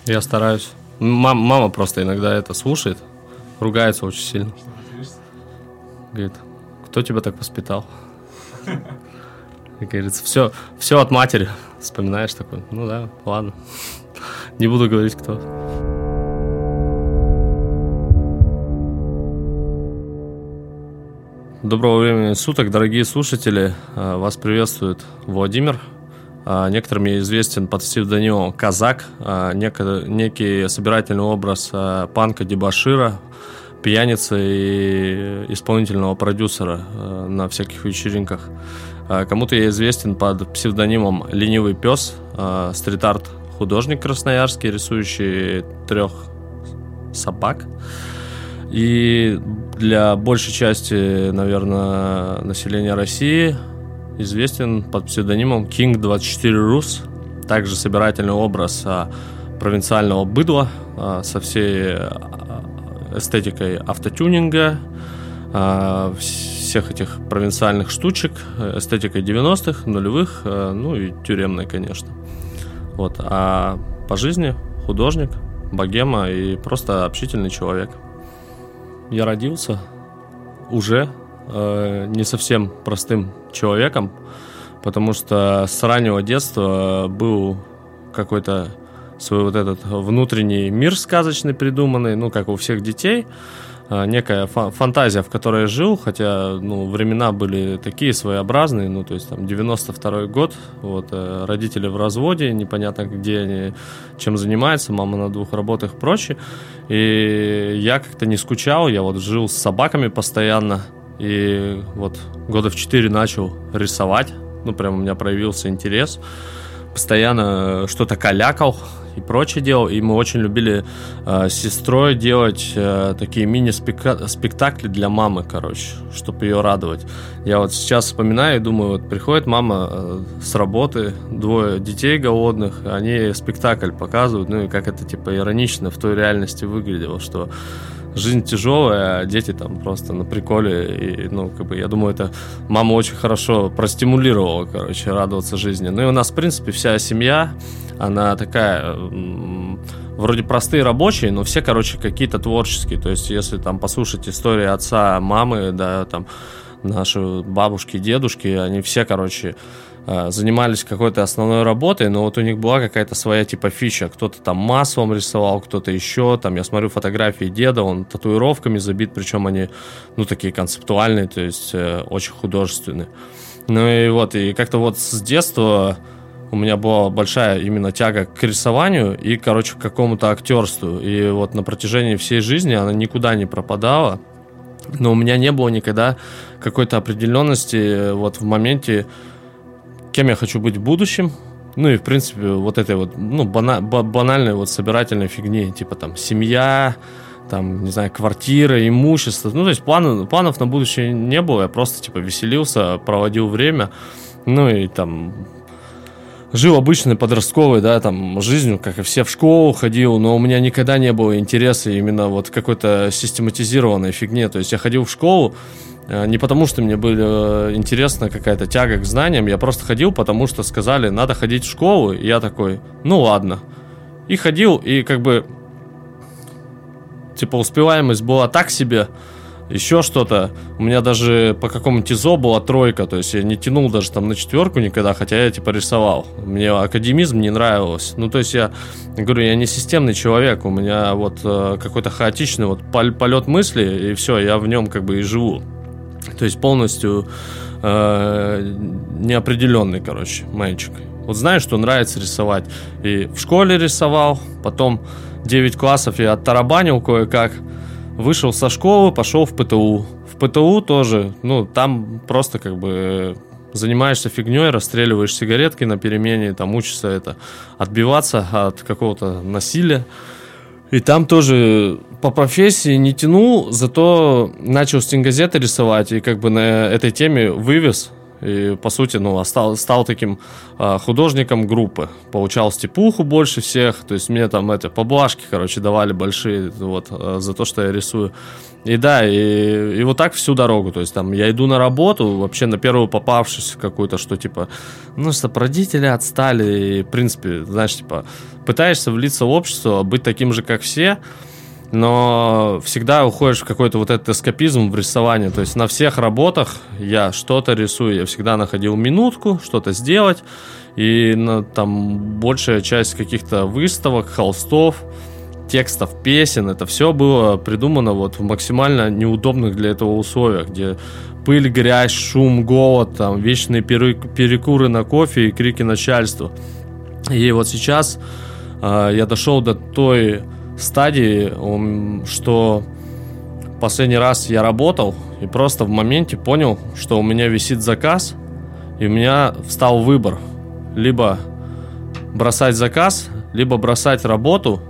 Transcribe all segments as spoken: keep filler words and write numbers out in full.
Я стараюсь. Мам, мама просто иногда это слушает, ругается очень сильно. Говорит, кто тебя так воспитал? И говорится, все, все от матери. Вспоминаешь такой, ну да, ладно. Не буду говорить, кто. Доброго времени суток, дорогие слушатели. Вас приветствует Владимир. Некоторым я известен под псевдонимом Казак, некий собирательный образ панка, дебошира, пьяницы и исполнительного продюсера на всяких вечеринках. Кому-то я известен под псевдонимом Ленивый пес, стрит-арт художник красноярский, рисующий трех собак. И для большей части, наверное, населения России известен под псевдонимом Кинг двадцать четыре Рус, также собирательный образ а, провинциального быдла а, со всей эстетикой автотюнинга, а, всех этих провинциальных штучек, эстетикой девяностых, нулевых, а, ну и тюремной, конечно. Вот. А по жизни художник, богема и просто общительный человек. Я родился уже э, не совсем простым человеком, потому что с раннего детства был какой-то свой вот этот внутренний мир сказочный придуманный, ну, как у всех детей, э, некая фа- фантазия, в которой я жил, хотя, ну, времена были такие своеобразные, ну, то есть там девяносто второй год, вот, э, родители в разводе, непонятно, где они, чем занимаются, мама на двух работах и прочее, и я как-то не скучал, я вот жил с собаками постоянно, и вот года в четыре начал рисовать, ну, прям у меня проявился интерес, постоянно что-то калякал и прочее делал, и мы очень любили э, с сестрой делать э, такие мини-спектакли для мамы, короче, чтобы ее радовать. Я вот сейчас вспоминаю и думаю, вот приходит мама э, с работы, двое детей голодных, они спектакль показывают, ну и как это типа иронично в той реальности выглядело, что жизнь тяжелая, а дети там просто на приколе. И, ну, как бы, я думаю, это мама очень хорошо простимулировала, короче, радоваться жизни. Ну и у нас, в принципе, вся семья, она такая, м- вроде простые рабочие, но все, короче, какие-то творческие. То есть, если там послушать истории отца, мамы, да, там, наши бабушки, дедушки, они все, короче, занимались какой-то основной работой, но вот у них была какая-то своя типа фича. Кто-то там маслом рисовал, кто-то еще. Там я смотрю фотографии деда, он татуировками забит, причем они, ну, такие концептуальные, то есть э, очень художественные. Ну и вот, и как-то вот с детства у меня была большая именно тяга к рисованию и, короче, к какому-то актерству. И вот на протяжении всей жизни она никуда не пропадала. Но у меня не было никогда какой-то определенности вот в моменте, кем я хочу быть в будущем. Ну и, в принципе, вот этой вот, ну, бана- банальной вот собирательной фигни, типа там семья, там, не знаю, квартира, имущество. Ну, то есть планов, планов на будущее не было, я просто, типа, веселился, проводил время, ну и там жил обычной подростковой, да, там, жизнью, как и все, в школу ходил, но у меня никогда не было интереса именно вот какой-то систематизированной фигне. То есть я ходил в школу не потому, что мне была интересна какая-то тяга к знаниям, я просто ходил, потому что сказали, надо ходить в школу, и я такой, ну ладно. И ходил, и как бы, типа, успеваемость была так себе, еще что-то. У меня даже по какому-то ТИЗО была тройка, то есть я не тянул даже там на четверку никогда, хотя я типа рисовал. Мне академизм не нравилось. Ну, то есть я, я говорю, я не системный человек, у меня вот э, какой-то хаотичный вот полет мысли, и все, я в нем как бы и живу. То есть полностью э, неопределенный, короче, мальчик. Вот знаю, что нравится рисовать. И в школе рисовал, потом девять классов я оттарабанил кое-как. Вышел со школы, пошел в ПТУ. В ПТУ тоже, ну, там просто как бы занимаешься фигней, расстреливаешь сигаретки на перемене, там учишься это отбиваться от какого-то насилия. И там тоже по профессии не тянул, зато начал стенгазеты рисовать и как бы на этой теме вывез. и, по сути, ну, стал, стал таким э, художником группы. Получал степуху больше всех, то есть мне там это, поблажки, короче, давали большие вот, э, за то, что я рисую. И да, и, и вот так всю дорогу, то есть там я иду на работу, вообще на первую попавшуюся какую-то, что типа, ну, что родители отстали, и, в принципе, знаешь, типа, пытаешься влиться в общество, быть таким же, как все, но всегда уходишь в какой-то вот этот эскапизм в рисовании. То есть на всех работах я что-то рисую. Я всегда находил минутку что-то сделать. И на, там большая часть каких-то выставок, холстов, текстов, песен, это все было придумано вот в максимально неудобных для этого условиях, где пыль, грязь, шум, голод, там, вечные перекуры на кофе и крики начальства. И вот сейчас э, я дошел до той стадии, что последний раз я работал и просто в моменте понял, что у меня висит заказ, и у меня встал выбор: либо бросать заказ, либо бросать работу.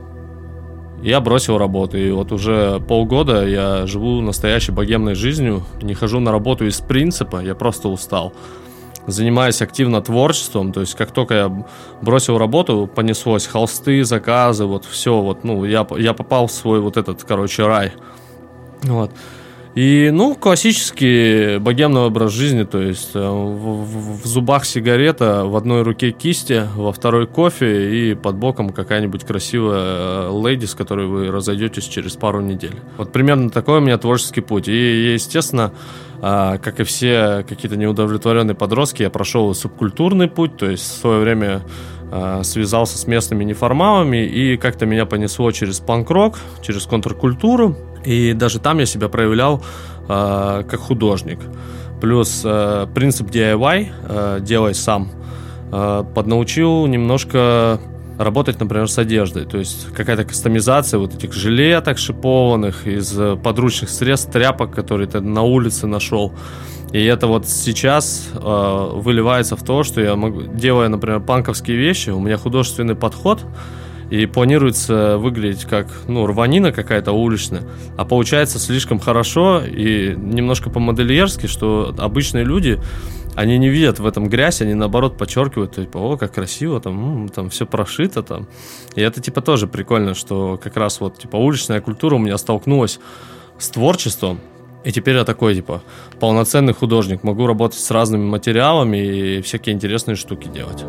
Я бросил работу, и вот уже полгода я живу настоящей богемной жизнью, не хожу на работу из принципа, я просто устал. Занимаюсь активно творчеством, то есть как только я бросил работу, понеслось холсты, заказы, вот все, вот, ну, я, я попал в свой вот этот, короче, рай. Вот. И, ну, классический богемный образ жизни, то есть в, в, в зубах сигарета, в одной руке кисти, во второй кофе и под боком какая-нибудь красивая леди, с которой вы разойдетесь через пару недель. Вот примерно такой у меня творческий путь. И, естественно, как и все какие-то неудовлетворенные подростки, я прошел субкультурный путь, то есть в свое время связался с местными неформалами, и как-то меня понесло через панк-рок, через контркультуру. И даже там я себя проявлял э, как художник. Плюс э, принцип ди ай вай, э, делай сам, э, поднаучил немножко работать, например, с одеждой. То есть какая-то кастомизация вот этих жилеток шипованных из подручных средств, тряпок, которые ты на улице нашел. И это вот сейчас э, выливается в то, что я могу, делая, например, панковские вещи, у меня художественный подход, и планируется выглядеть как, ну, рванина какая-то уличная, а получается слишком хорошо и немножко по-модельерски, что обычные люди, они не видят в этом грязь, они наоборот подчеркивают, типа, о, как красиво, там, м, там все прошито, там. И это, типа, тоже прикольно, что как раз вот, типа, уличная культура у меня столкнулась с творчеством, и теперь я такой, типа, полноценный художник, могу работать с разными материалами и всякие интересные штуки делать.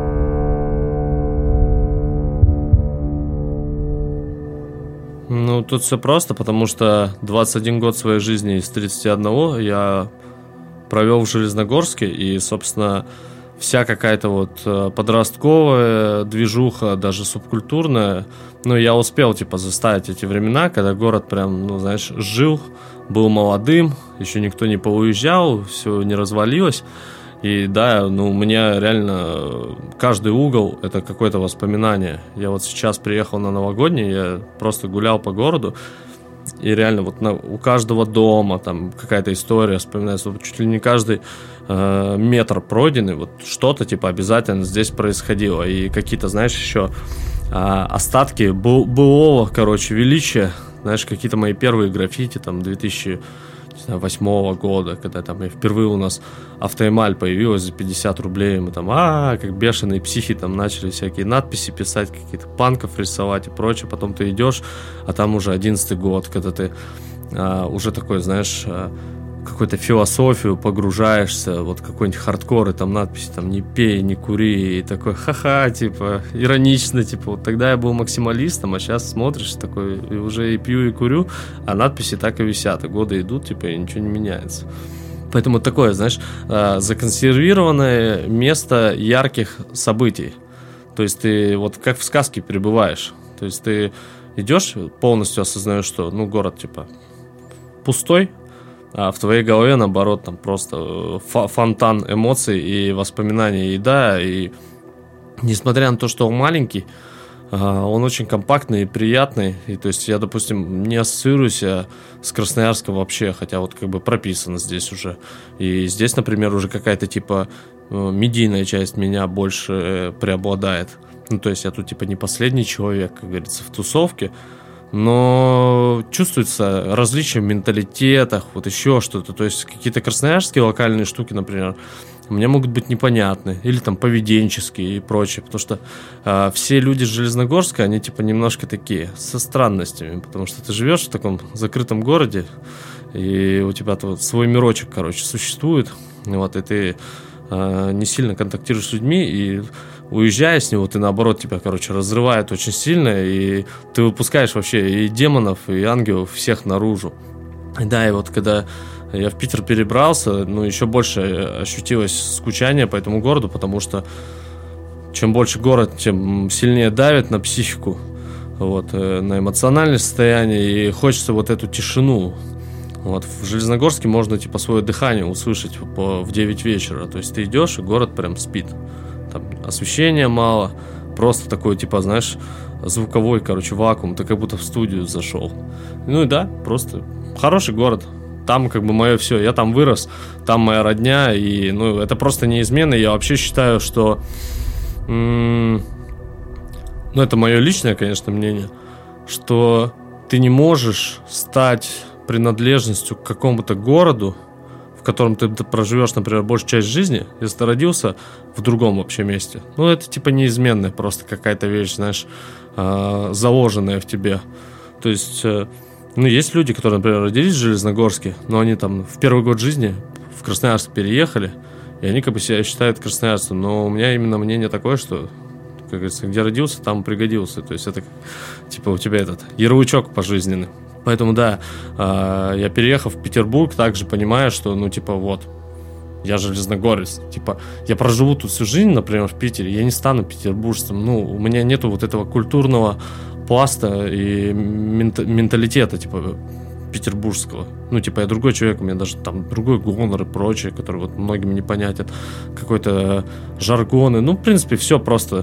Ну, тут все просто, потому что двадцать один год своей жизни из тридцати одного я провел в Железногорске, и, собственно, вся какая-то вот подростковая движуха, даже субкультурная, ну, я успел, типа, заставить эти времена, когда город прям, ну, знаешь, жил, был молодым, еще никто не поуезжал, все не развалилось. И да, ну, у меня реально каждый угол – это какое-то воспоминание. Я вот сейчас приехал на новогодний, я просто гулял по городу, и реально вот на, у каждого дома там какая-то история вспоминается. Вот чуть ли не каждый э, метр пройденный, вот что-то типа обязательно здесь происходило. И какие-то, знаешь, еще э, остатки был, былого, короче, величия. Знаешь, какие-то мои первые граффити, там, две тысячи восьмого года, когда там впервые у нас автоэмаль появилась за пятьдесят рублей, мы там, а, как бешеные психи, там начали всякие надписи писать, какие-то панков рисовать и прочее, потом ты идешь, а там уже одиннадцатый год, когда ты а, уже такой, знаешь, а, какую-то философию погружаешься, вот какой-нибудь хардкор, и там надписи, там, не пей, не кури, и такой, ха-ха, типа, иронично, типа, вот тогда я был максималистом, а сейчас смотришь, такой, и уже и пью, и курю, а надписи так и висят, и годы идут, типа, и ничего не меняется. Поэтому такое, знаешь, законсервированное место ярких событий. То есть ты вот как в сказке перебываешь. То есть ты идешь, полностью осознаешь, что, ну, город, типа, пустой, а в твоей голове, наоборот, там просто фонтан эмоций и воспоминаний, и да, и несмотря на то, что он маленький, он очень компактный и приятный, и то есть я, допустим, не ассоциируюсь с Красноярском вообще, хотя вот как бы прописано здесь уже, и здесь, например, уже какая-то типа медийная часть меня больше преобладает, ну то есть я тут типа не последний человек, как говорится, в тусовке, но чувствуется различия в менталитетах, вот еще что-то. То есть какие-то красноярские локальные штуки, например, мне могут быть непонятны, или там поведенческие и прочее, потому что э, все люди с Железногорска, они типа немножко такие, со странностями, потому что ты живешь в таком закрытом городе, и у тебя вот свой мирочек, короче, существует, вот, и ты э, не сильно контактируешь с людьми, и уезжая с него, ты, наоборот, тебя, короче, разрывает очень сильно, и ты выпускаешь вообще и демонов, и ангелов всех наружу. Да, и вот когда я в Питер перебрался, ну, еще больше ощутилось скучание по этому городу, потому что чем больше город, тем сильнее давит на психику, вот, на эмоциональное состояние, и хочется вот эту тишину. Вот, в Железногорске можно, типа, свое дыхание услышать по, в девять вечера, то есть ты идешь, и город прям спит. Там освещения мало, просто такой, типа, знаешь, звуковой, короче, вакуум, ты как будто в студию зашел. Ну и да, просто хороший город. Там как бы мое все, я там вырос, там моя родня, и ну это просто неизменно. Я вообще считаю, что, м- ну это мое личное, конечно, мнение, что ты не можешь стать принадлежностью к какому-то городу, в котором ты проживешь, например, большую часть жизни, если ты родился в другом вообще месте. Ну, это типа неизменная просто какая-то вещь, знаешь, заложенная в тебе. То есть, ну, есть люди, которые, например, родились в Железногорске, но они там в первый год жизни в Красноярск переехали, и они как бы себя считают красноярцем. Но у меня именно мнение такое, что, как говорится, где родился, там пригодился. То есть это типа у тебя этот ярлычок пожизненный. Поэтому, да, я, переехав в Петербург, также понимаю, что, ну, типа, вот, я железногорец, типа, я проживу тут всю жизнь, например, в Питере, я не стану петербуржцем, ну, у меня нету вот этого культурного пласта и менталитета, типа, петербургского. Ну, типа, я другой человек, у меня даже там другой гонор и прочее, который вот многим непонятен, какой-то жаргон, ну, в принципе, все просто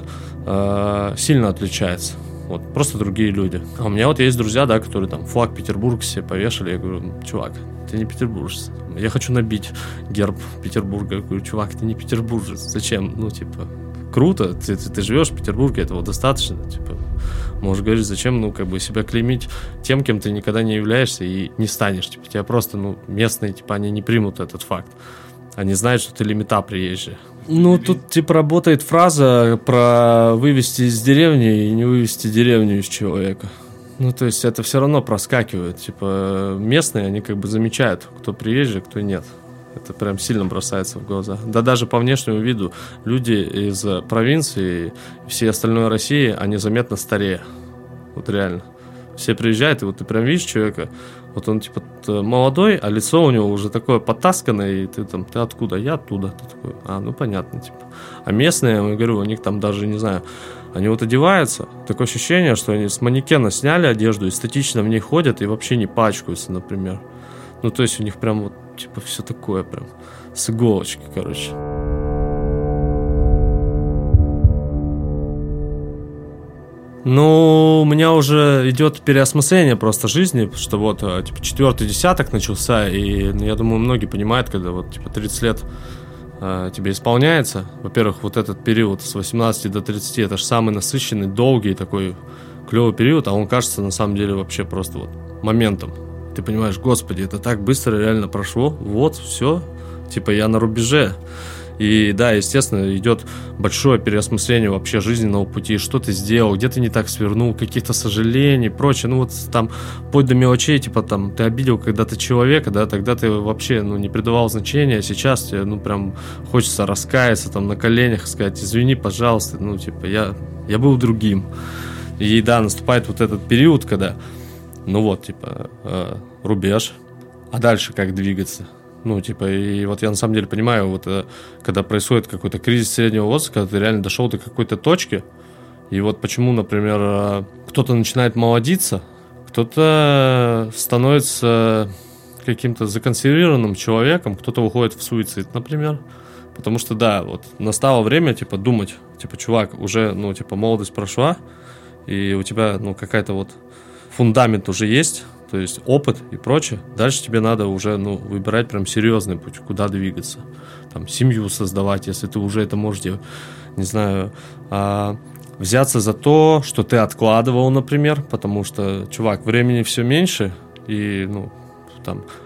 э, сильно отличается. Вот, просто другие люди. А у меня вот есть друзья, да, которые там флаг Петербурга себе повешали. Я говорю, чувак, ты не петербуржец. Я хочу набить герб Петербурга. Я говорю, чувак, ты не петербуржец. Зачем? Ну, типа, круто, ты, ты, ты живешь в Петербурге, этого достаточно. Типа, можешь говорить, зачем, ну, как бы себя клеймить тем, кем ты никогда не являешься и не станешь. Типа, тебя просто, ну, местные, типа, они не примут этот факт. Они знают, что ты лимита приезжий. Ну, тут, типа, работает фраза про вывести из деревни и не вывести деревню из человека. Ну, то есть это все равно проскакивает. Типа, местные, они как бы замечают, кто приезжий, кто нет. Это прям сильно бросается в глаза. Да даже по внешнему виду люди из провинции и всей остальной России, они заметно старее. Вот реально. Все приезжают, и вот ты прям видишь человека, вот он типа молодой, а лицо у него уже такое потасканное, и ты там, ты откуда? Я оттуда. Ты такой, а, ну понятно, типа. А местные, я говорю, у них там даже, не знаю, они вот одеваются, такое ощущение, что они с манекена сняли одежду, эстетично в ней ходят и вообще не пачкаются, например. Ну, то есть у них прям вот, типа, все такое прям с иголочки, короче. Ну, у меня уже идет переосмысление просто жизни, что вот, типа, четвертый десяток начался, и, ну, я думаю, многие понимают, когда вот, типа, тридцать лет э, тебе исполняется. Во-первых, вот этот период с восемнадцати до тридцати, это же самый насыщенный, долгий такой клевый период, а он кажется, на самом деле, вообще просто вот моментом. Ты понимаешь, господи, это так быстро реально прошло, вот, все, типа, я на рубеже. И да, естественно, идет большое переосмысление вообще жизненного пути, что ты сделал, где ты не так свернул, каких-то сожалений, прочее. Ну вот там, вплоть до мелочей, типа там, ты обидел когда-то человека, да, тогда ты вообще, ну, не придавал значения, а сейчас тебе, ну, прям хочется раскаяться, там, на коленях сказать, извини, пожалуйста, ну, типа, я, я был другим. И да, наступает вот этот период, когда, ну вот, типа, э, рубеж, а дальше как двигаться? Ну, типа, и вот я на самом деле понимаю, вот когда происходит какой-то кризис среднего возраста, когда ты реально дошел до какой-то точки, и вот почему, например, кто-то начинает молодиться, кто-то становится каким-то законсервированным человеком, кто-то уходит в суицид, например. Потому что, да, вот настало время, типа, думать, типа, чувак, уже, ну, типа, молодость прошла, и у тебя, ну, какая-то вот фундамент уже есть, то есть опыт и прочее. Дальше тебе надо уже, ну, выбирать прям серьезный путь, куда двигаться. Там, семью создавать, если ты уже это можешь делать. Не знаю, а, взяться за то, что ты откладывал, например, потому что, чувак, времени все меньше, и, ну, там,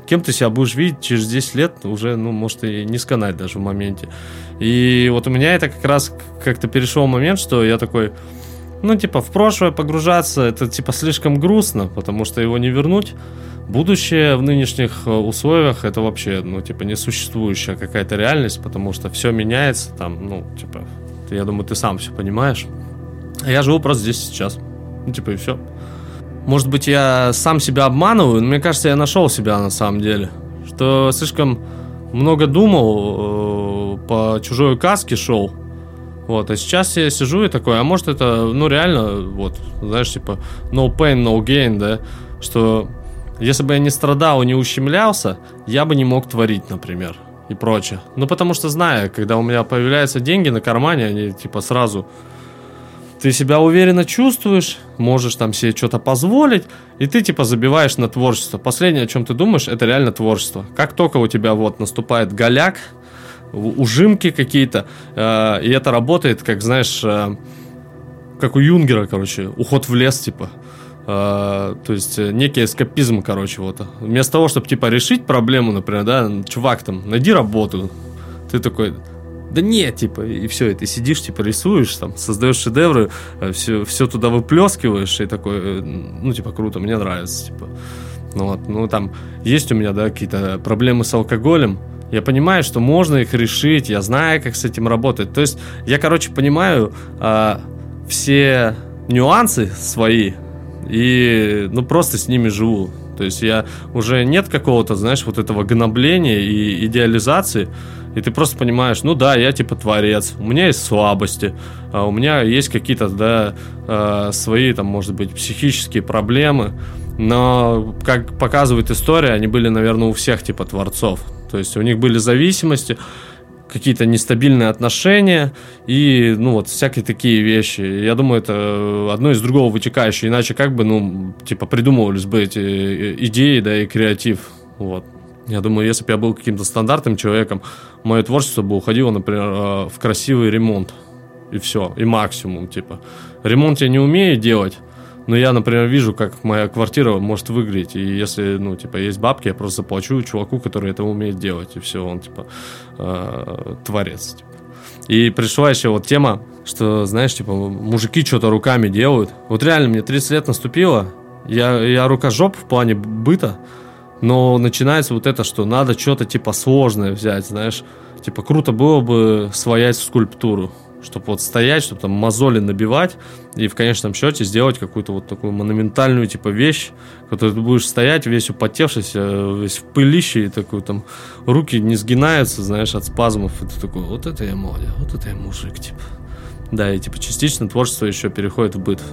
кем ты себя будешь видеть через десять лет, уже, ну, может, и не сканать даже в моменте. И вот у меня это как раз как-то перешел момент, что я такой, ну, типа, в прошлое погружаться, это, типа, слишком грустно, потому что его не вернуть. Будущее в нынешних условиях это вообще, ну, типа, несуществующая какая-то реальность, потому что все меняется, там, ну, типа, ты, я думаю, ты сам все понимаешь. А я живу просто здесь сейчас. Ну, типа, и все. Может быть, я сам себя обманываю, но мне кажется, я нашел себя на самом деле. Что слишком много думал, э, по чужой каске шел. Вот, а сейчас я сижу и такой, а может это, ну, реально, вот, знаешь, типа, no pain, no gain, да, что если бы я не страдал и не ущемлялся, я бы не мог творить, например, и прочее. Ну, потому что, знаю, когда у меня появляются деньги на кармане, они, типа, сразу... Ты себя уверенно чувствуешь, можешь там себе что-то позволить, и ты типа забиваешь на творчество. Последнее, о чем ты думаешь, это реально творчество. Как только у тебя вот наступает голяк, ужимки какие-то, э, и это работает, как, знаешь, э, как у Юнгера, короче, уход в лес, типа. Э, то есть некий эскапизм, короче, вот. Вместо того, чтобы типа решить проблему, например, да, чувак, там, найди работу, ты такой... Да нет, типа, и все, и ты сидишь, типа, рисуешь, там, создаешь шедевры, все, все туда выплескиваешь, и такой, ну, типа, круто, мне нравится, типа. Ну, вот, ну, там, есть у меня, да, какие-то проблемы с алкоголем, я понимаю, что можно их решить, я знаю, как с этим работать. То есть, я, короче, понимаю а, все нюансы свои, и, ну, просто с ними живу. То есть, я уже нет какого-то, знаешь, вот этого гнобления и идеализации. И ты просто понимаешь, ну да, я типа творец, у меня есть слабости, у меня есть какие-то, да, свои, там, может быть, психические проблемы, но, как показывает история, они были, наверное, у всех типа творцов. То есть у них были зависимости, какие-то нестабильные отношения и, ну, вот, всякие такие вещи. Я думаю, это одно из другого вытекающее, иначе как бы, ну, типа, придумывались бы эти идеи, да, и креатив, вот. Я думаю, если бы я был каким-то стандартным человеком, мое творчество бы уходило, например, в красивый ремонт. И все, и максимум, типа. Ремонт я не умею делать, но я, например, вижу, как моя квартира может выглядеть. И если, ну, типа, есть бабки, я просто заплачу чуваку, который это умеет делать. И все, он, типа, э, творец. Типа. И пришла еще вот тема, что, знаешь, типа, мужики что-то руками делают. Вот реально, мне тридцать лет наступило, я, я рукожоп в плане быта. Но начинается вот это, что надо что-то типа сложное взять, знаешь. Типа круто было бы своять скульптуру, чтобы вот стоять, чтобы там мозоли набивать и в конечном счете сделать какую-то вот такую монументальную типа вещь, которую ты будешь стоять весь употевшийся, весь в пылище, и такой там руки не сгинаются, знаешь, от спазмов. И ты такой, вот это я молодец, вот это я мужик, типа. Да, и типа частично творчество еще переходит в быт.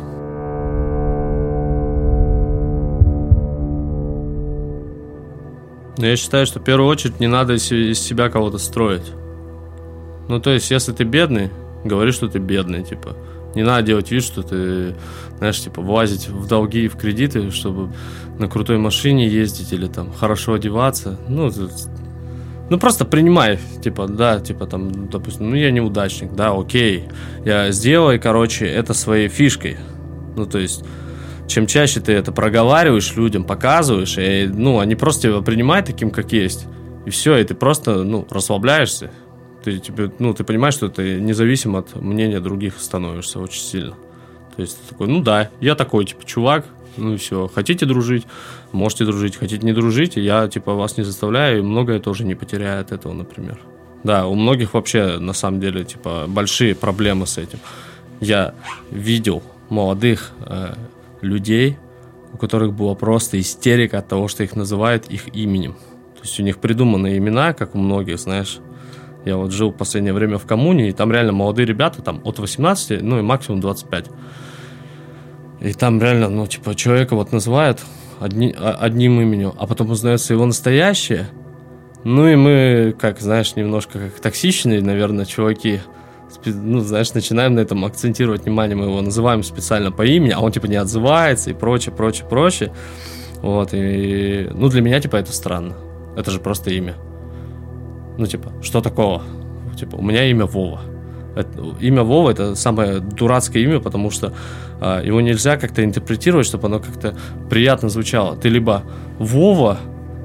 Я считаю, что в первую очередь не надо из себя кого-то строить. Ну, то есть, если ты бедный, говори, что ты бедный, типа. Не надо делать вид, что ты, знаешь, типа, влазить в долги и в кредиты, чтобы на крутой машине ездить или там хорошо одеваться. Ну, ну просто принимай, типа, да, типа, там, допустим, ну, я неудачник, да, окей. Я сделай, короче, это своей фишкой. Ну, то есть... Чем чаще ты это проговариваешь людям, показываешь, и, ну, они просто тебя принимают таким, как есть. И все, и ты просто, ну, расслабляешься. Ты, тебе, ну, ты понимаешь, что ты независим от мнения других становишься очень сильно. То есть ты такой, ну да, я такой, типа, чувак, ну и все. Хотите дружить, можете дружить, хотите не дружить, и я, типа, вас не заставляю, и многое тоже не потеряю от этого, например. Да, у многих вообще, на самом деле, типа, большие проблемы с этим. Я видел молодых э, людей, у которых была просто истерика от того, что их называют их именем. То есть у них придуманные имена, как у многих, знаешь. Я вот жил в последнее время в коммуне, и там реально молодые ребята, там от восемнадцати, ну и максимум двадцать пять. И там реально, ну, типа, человека вот называют одни, одним именем, а потом узнается его настоящее. Ну и мы, как, знаешь, немножко как токсичные, наверное, чуваки, ну, знаешь, начинаем на этом акцентировать внимание, мы его называем специально по имени, а он, типа, не отзывается и прочее, прочее, прочее. Вот, и, ну, для меня, типа, это странно. Это же просто имя. Ну, типа, что такого? Типа, у меня имя Вова. Это, имя Вова — это самое дурацкое имя, потому что э, его нельзя как-то интерпретировать, чтобы оно как-то приятно звучало. Ты либо Вова,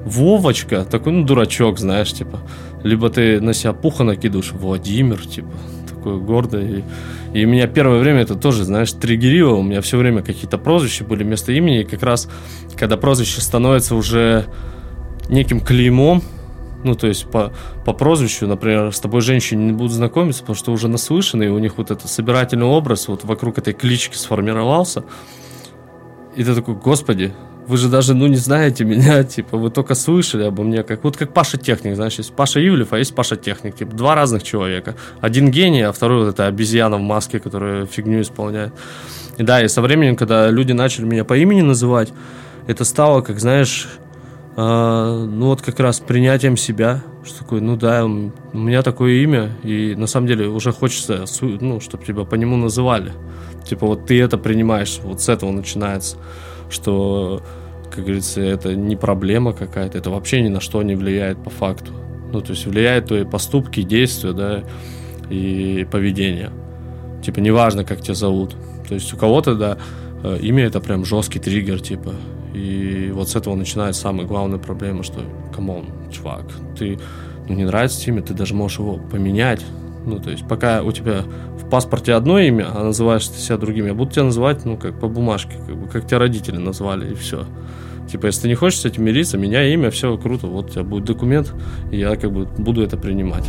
Вовочка, такой, ну, дурачок, знаешь, типа. Либо ты на себя пуха накидываешь, Владимир, типа, такой гордый. И, и меня первое время это тоже, знаешь, триггерило. У меня все время какие-то прозвища были вместо имени. И как раз, когда прозвище становится уже неким клеймом, ну, то есть по, по прозвищу, например, с тобой женщины не будут знакомиться, потому что уже наслышаны, и у них вот этот собирательный образ вот вокруг этой клички сформировался. И ты такой, господи, вы же даже, ну, не знаете меня, типа, вы только слышали обо мне, как вот как Паша Техник, знаешь, есть Паша Ивлев, а есть Паша Техник, типа, два разных человека. Один гений, а второй вот эта обезьяна в маске, которая фигню исполняет. И да, и со временем, когда люди начали меня по имени называть, это стало, как, знаешь, э, ну, вот как раз принятием себя, что такое, ну, да, у меня такое имя, и на самом деле уже хочется, ну, чтобы тебя по нему называли. Типа, вот ты это принимаешь, вот с этого начинается. Что, как говорится, это не проблема какая-то, это вообще ни на что не влияет по факту. Ну, то есть влияет твои поступки, действия, да, и поведение. Типа, неважно, как тебя зовут. То есть у кого-то, да, имя это прям жесткий триггер, типа. И вот с этого начинается самая главная проблема, что, камон, чувак, ты, ну, не нравится имя, ты даже можешь его поменять. Ну, то есть, пока у тебя в паспорте одно имя, а называешь ты себя другим, я буду тебя называть, ну, как по бумажке, как бы, как тебя родители назвали, и все. Типа, если ты не хочешь с этим мириться, меняй имя, все круто, вот у тебя будет документ, и я, как бы, буду это принимать.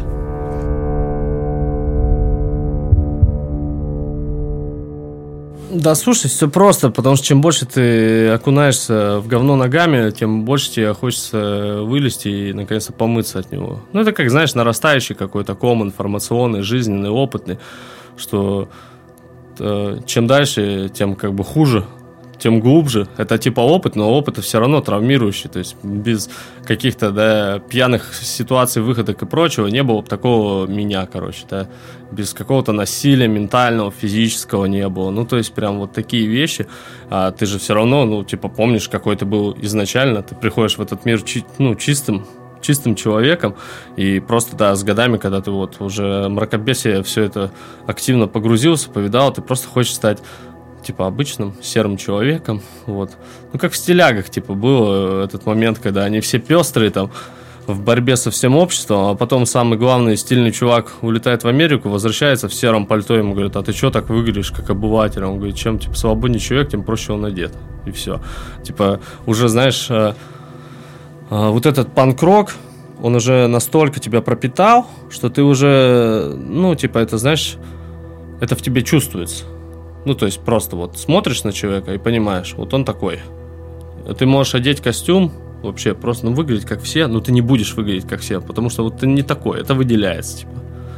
Да, слушай, все просто, потому что чем больше ты окунаешься в говно ногами, тем больше тебе хочется вылезти и, наконец-то, помыться от него. Ну, это, как, знаешь, нарастающий какой-то ком информационный, жизненный, опытный, что э, чем дальше, тем, как бы, хуже, тем глубже. Это типа опыт, но опыт все равно травмирующий. То есть без каких-то, да, пьяных ситуаций, выходок и прочего не было бы такого меня, короче, да. Без какого-то насилия ментального, физического не было. Ну, то есть прям вот такие вещи. А ты же все равно, ну, типа, помнишь, какой ты был изначально. Ты приходишь в этот мир чи- ну, чистым, чистым человеком, и просто, да, с годами, когда ты вот уже мракобесие все это активно погрузился, повидал, ты просто хочешь стать, типа, обычным серым человеком, вот. Ну, как в стилягах, типа, был этот момент, когда они все пестрые, там, в борьбе со всем обществом, а потом самый главный стильный чувак улетает в Америку, возвращается в сером пальто, ему говорят, а ты что так выглядишь, как обыватель? Он говорит, чем, типа, свободнее человек, тем проще он одет, и все. Типа, уже, знаешь, вот этот панк-рок, он уже настолько тебя пропитал, что ты уже, ну, типа, это, знаешь, это в тебе чувствуется. Ну, то есть просто вот смотришь на человека и понимаешь, вот он такой. Ты можешь одеть костюм, вообще просто, ну, выглядеть как все, но ты не будешь выглядеть как все, потому что вот ты не такой, это выделяется, типа.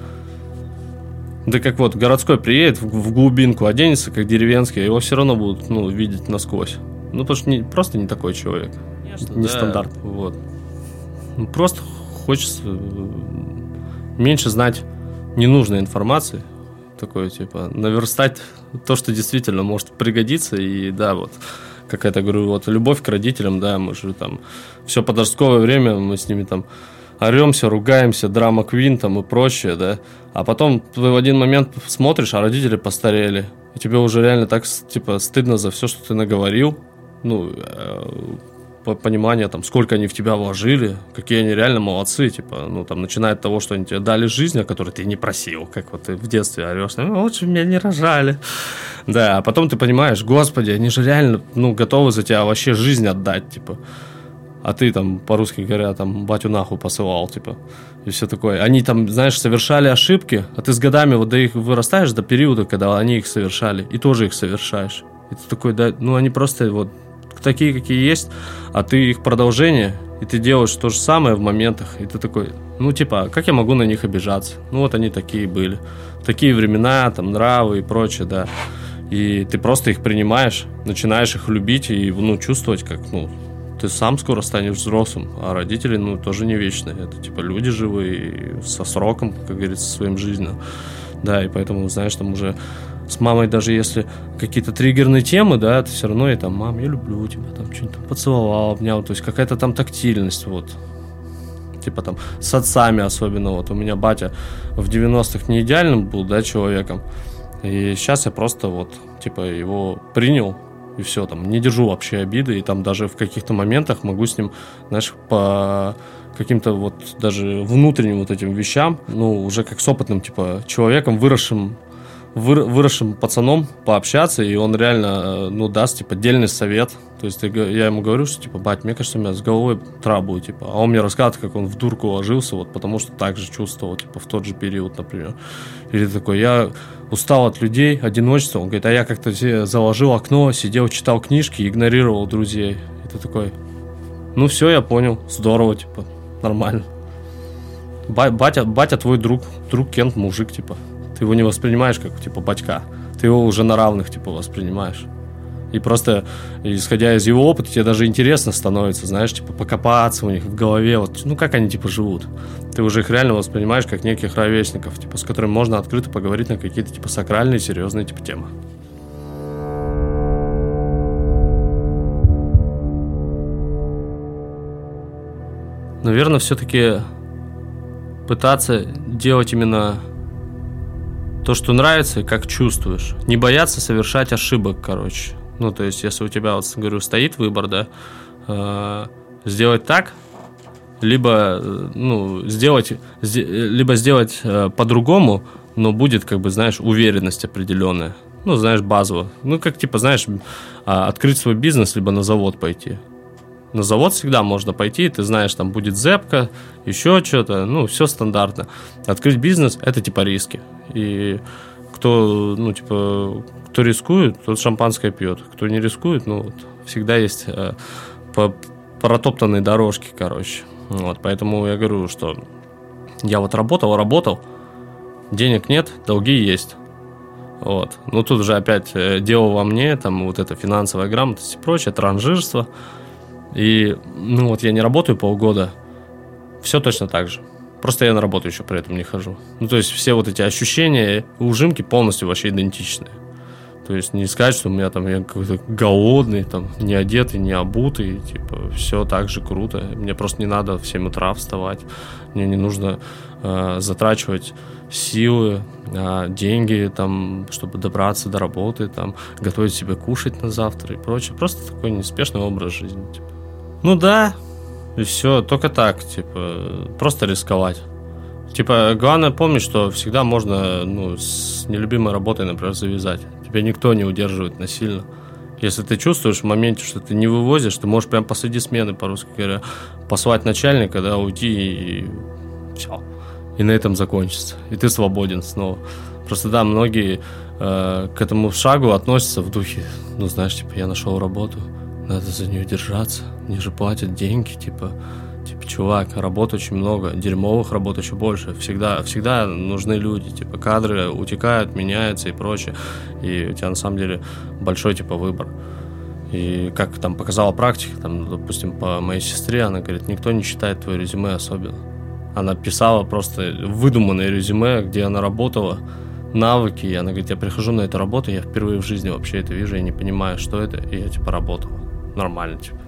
Да как вот городской приедет в, в глубинку, оденется как деревенский, его все равно будут, ну, видеть насквозь. Ну, потому что не, просто не такой человек. Конечно, не да. Стандарт, вот. Ну, просто хочется меньше знать ненужной информации. Такое, типа, наверстать то, что действительно может пригодиться. И да, вот, как я говорю, вот любовь к родителям, да, мы же там все подростковое время, мы с ними там оремся, ругаемся, драма квин там и прочее, да. А потом ты в один момент смотришь, а родители постарели. И тебе уже реально так, типа, стыдно за все, что ты наговорил. Ну, понимание, там, сколько они в тебя вложили, какие они реально молодцы, типа, ну, там, начиная от того, что они тебе дали жизнь, о которой ты не просил, как вот ты в детстве орешь, ну, лучше меня не рожали. Да, а потом ты понимаешь, господи, они же реально, ну, готовы за тебя вообще жизнь отдать, типа. А ты там, по-русски говоря, там, батю нахуй посылал, типа, и все такое. Они там, знаешь, совершали ошибки, а ты с годами вот до их вырастаешь, до периода, когда они их совершали, и тоже их совершаешь. И ты такой, да, ну, они просто вот такие, какие есть, а ты их продолжение, и ты делаешь то же самое в моментах, и ты такой, ну, типа, как я могу на них обижаться? Ну, вот они такие были. Такие времена, там, нравы и прочее, да. И ты просто их принимаешь, начинаешь их любить и, ну, чувствовать, как, ну, ты сам скоро станешь взрослым, а родители, ну, тоже не вечные. Это, типа, люди живые, со сроком, как говорится, своим жизнью. Да, и поэтому, знаешь, там уже с мамой, даже если какие-то триггерные темы, да, ты все равно и там, мам, я люблю тебя, там, что-нибудь там поцеловал, обнял, то есть какая-то там тактильность, вот. Типа там с отцами особенно, вот у меня батя в девяностых не идеальным был, да, человеком, и сейчас я просто вот, типа, его принял и все, там, не держу вообще обиды, и там даже в каких-то моментах могу с ним, знаешь, по каким-то вот даже внутренним вот этим вещам, ну, уже как с опытным, типа, человеком, выросшим, вы, выросшим пацаном пообщаться, и он реально, ну, даст, типа, дельный совет. То есть я ему говорю, что, типа, бать, мне кажется, у меня с головой трабу, типа, а он мне рассказывает, как он в дурку ложился, вот, потому что так же чувствовал, типа, в тот же период, например. Или такой, я устал от людей, одиночества, он говорит, а я как-то заложил окно, сидел, читал книжки, игнорировал друзей. И ты такой, ну, все, я понял, здорово, типа, нормально. Батя, батя твой друг, друг Кент мужик, типа. Ты его не воспринимаешь как, типа, батька. Ты его уже на равных, типа, воспринимаешь. И просто, исходя из его опыта, тебе даже интересно становится, знаешь, типа, покопаться у них в голове, вот, ну, как они, типа, живут. Ты уже их реально воспринимаешь как неких ровесников, типа, с которыми можно открыто поговорить на какие-то, типа, сакральные, серьезные, типа, темы. Наверное, все-таки пытаться делать именно то, что нравится, и как чувствуешь. Не бояться совершать ошибок, короче. Ну, то есть, если у тебя, вот, говорю, стоит выбор, да, э, сделать так, либо, ну, сделать, либо сделать э, по-другому, но будет, как бы, знаешь, уверенность определенная. Ну, знаешь, базово. Ну, как, типа, знаешь, э, открыть свой бизнес, либо на завод пойти. На завод всегда можно пойти, ты знаешь, там будет зэпка, еще что-то, ну, все стандартно. Открыть бизнес – это, типа, риски. И кто, ну, типа, кто рискует, тот шампанское пьет. Кто не рискует, ну, вот, всегда есть э, по, протоптанные дорожки, короче. Вот, поэтому я говорю, что я вот работал, работал, денег нет, долги есть. Вот. Ну, тут уже опять э, дело во мне, там, вот это финансовая грамотность и прочее, транжирство. И, ну, вот я не работаю полгода, все точно так же. Просто я на работу еще при этом не хожу. Ну, то есть все вот эти ощущения, ужимки полностью вообще идентичные. То есть не сказать, что у меня там я какой-то голодный, там, не одетый, не обутый, типа, все так же круто. Мне просто не надо в семь утра вставать. Мне не нужно э, затрачивать силы, э, деньги, там, чтобы добраться до работы, там, готовить себе кушать на завтра и прочее. Просто такой неспешный образ жизни, типа. Ну да, и все, только так, типа, просто рисковать. Типа, главное помнить, что всегда можно, ну, с нелюбимой работой, например, завязать. Тебя никто не удерживает насильно. Если ты чувствуешь в моменте, что ты не вывозишь, ты можешь прям посреди смены, по-русски говоря, послать начальника, да, уйти и все. И на этом закончится. И ты свободен снова. Просто, да, многие э, к этому шагу относятся в духе, ну, знаешь, типа, я нашел работу, надо за нее держаться, мне же платят деньги, типа, типа, чувак, работ очень много, дерьмовых работ еще больше, всегда, всегда нужны люди, типа, кадры утекают, меняются и прочее, и у тебя на самом деле большой, типа, выбор. И как там показала практика, там, допустим, по моей сестре, она говорит, никто не читает твое резюме особенно. Она писала просто выдуманное резюме, где она работала, навыки, и она говорит, я прихожу на эту работу, я впервые в жизни вообще это вижу, я не понимаю, что это, и я, типа, работала. Нормально, типа.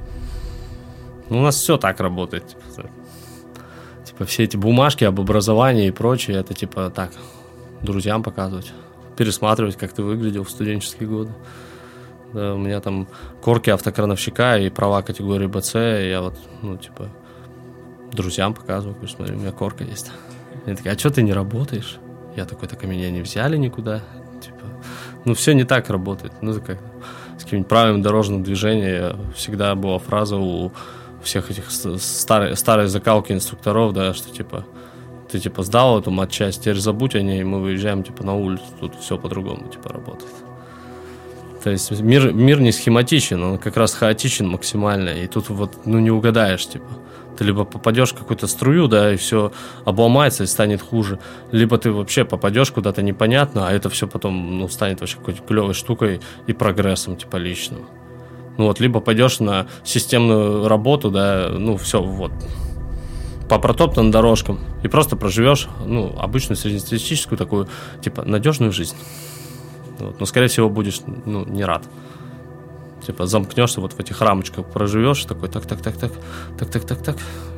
Ну, у нас все так работает, типа. Типа, все эти бумажки об образовании и прочее, это, типа, так, друзьям показывать, пересматривать, как ты выглядел в студенческие годы. Да, у меня там корки автокрановщика и права категории бэ цэ, и я вот, ну, типа, друзьям показываю, говорю, смотри, у меня корка есть. Они такие, а что ты не работаешь? Я такой, так, а меня не взяли никуда. Типа, ну, все не так работает. Ну, как с каким-нибудь правилами дорожного движения всегда была фраза у всех этих старой, старой закалки инструкторов, да, что, типа, ты, типа, сдал эту матчасть, теперь забудь о ней, мы выезжаем, типа, на улицу, тут все по-другому, типа, работает. То есть мир, мир не схематичен, он как раз хаотичен максимально, и тут вот, ну, не угадаешь, типа. Ты либо попадешь в какую-то струю, да, и все обломается и станет хуже, либо ты вообще попадешь куда-то непонятно, а это все потом, ну, станет вообще какой-то клевой штукой и прогрессом, типа, личным. Ну, вот, либо пойдешь на системную работу, да, ну, все, вот, по протоптанным дорожкам, и просто проживешь, ну, обычную среднестатистическую такую, типа, надежную жизнь. Вот, но, скорее всего, будешь, ну, не рад. Типа, замкнешься вот в этих рамочках, проживешь, такой, так, так, так, так, так, так, так, так,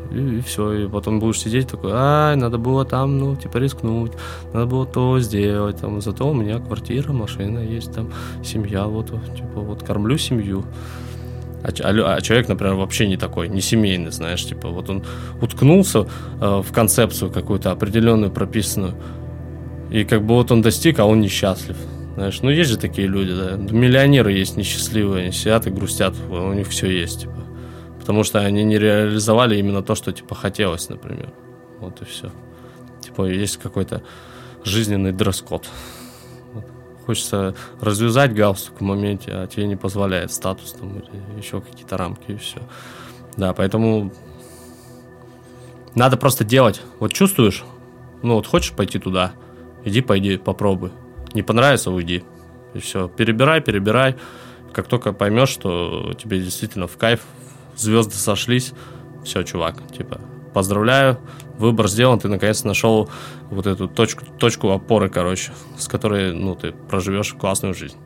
И, и все. И потом будешь сидеть такой, ай, надо было там, ну, типа, рискнуть, надо было то сделать. Там. Зато у меня квартира, машина есть, там, семья, вот, типа, вот, кормлю семью. А, а, а человек, например, вообще не такой, не семейный, знаешь, типа, вот он уткнулся э, в концепцию какую-то определенную, прописанную, и как бы вот он достиг, а он несчастлив. Знаешь, ну есть же такие люди, да. Миллионеры есть несчастливые, они сидят и грустят, у них все есть, типа. Потому что они не реализовали именно то, что, типа, хотелось, например. Вот и все. Типа, есть какой-то жизненный дресс-код. Вот. Хочется развязать галстук в моменте, а тебе не позволяет статус там или еще какие-то рамки, и все. Да, поэтому надо просто делать. Вот чувствуешь, ну вот хочешь пойти туда, иди, пойди, попробуй. Не понравится, уйди. И все. Перебирай, перебирай. Как только поймешь, что тебе действительно в кайф, звезды сошлись, все, чувак, типа, поздравляю, выбор сделан, ты наконец нашел вот эту точку, точку опоры, короче, с которой, ну, ты проживешь классную жизнь.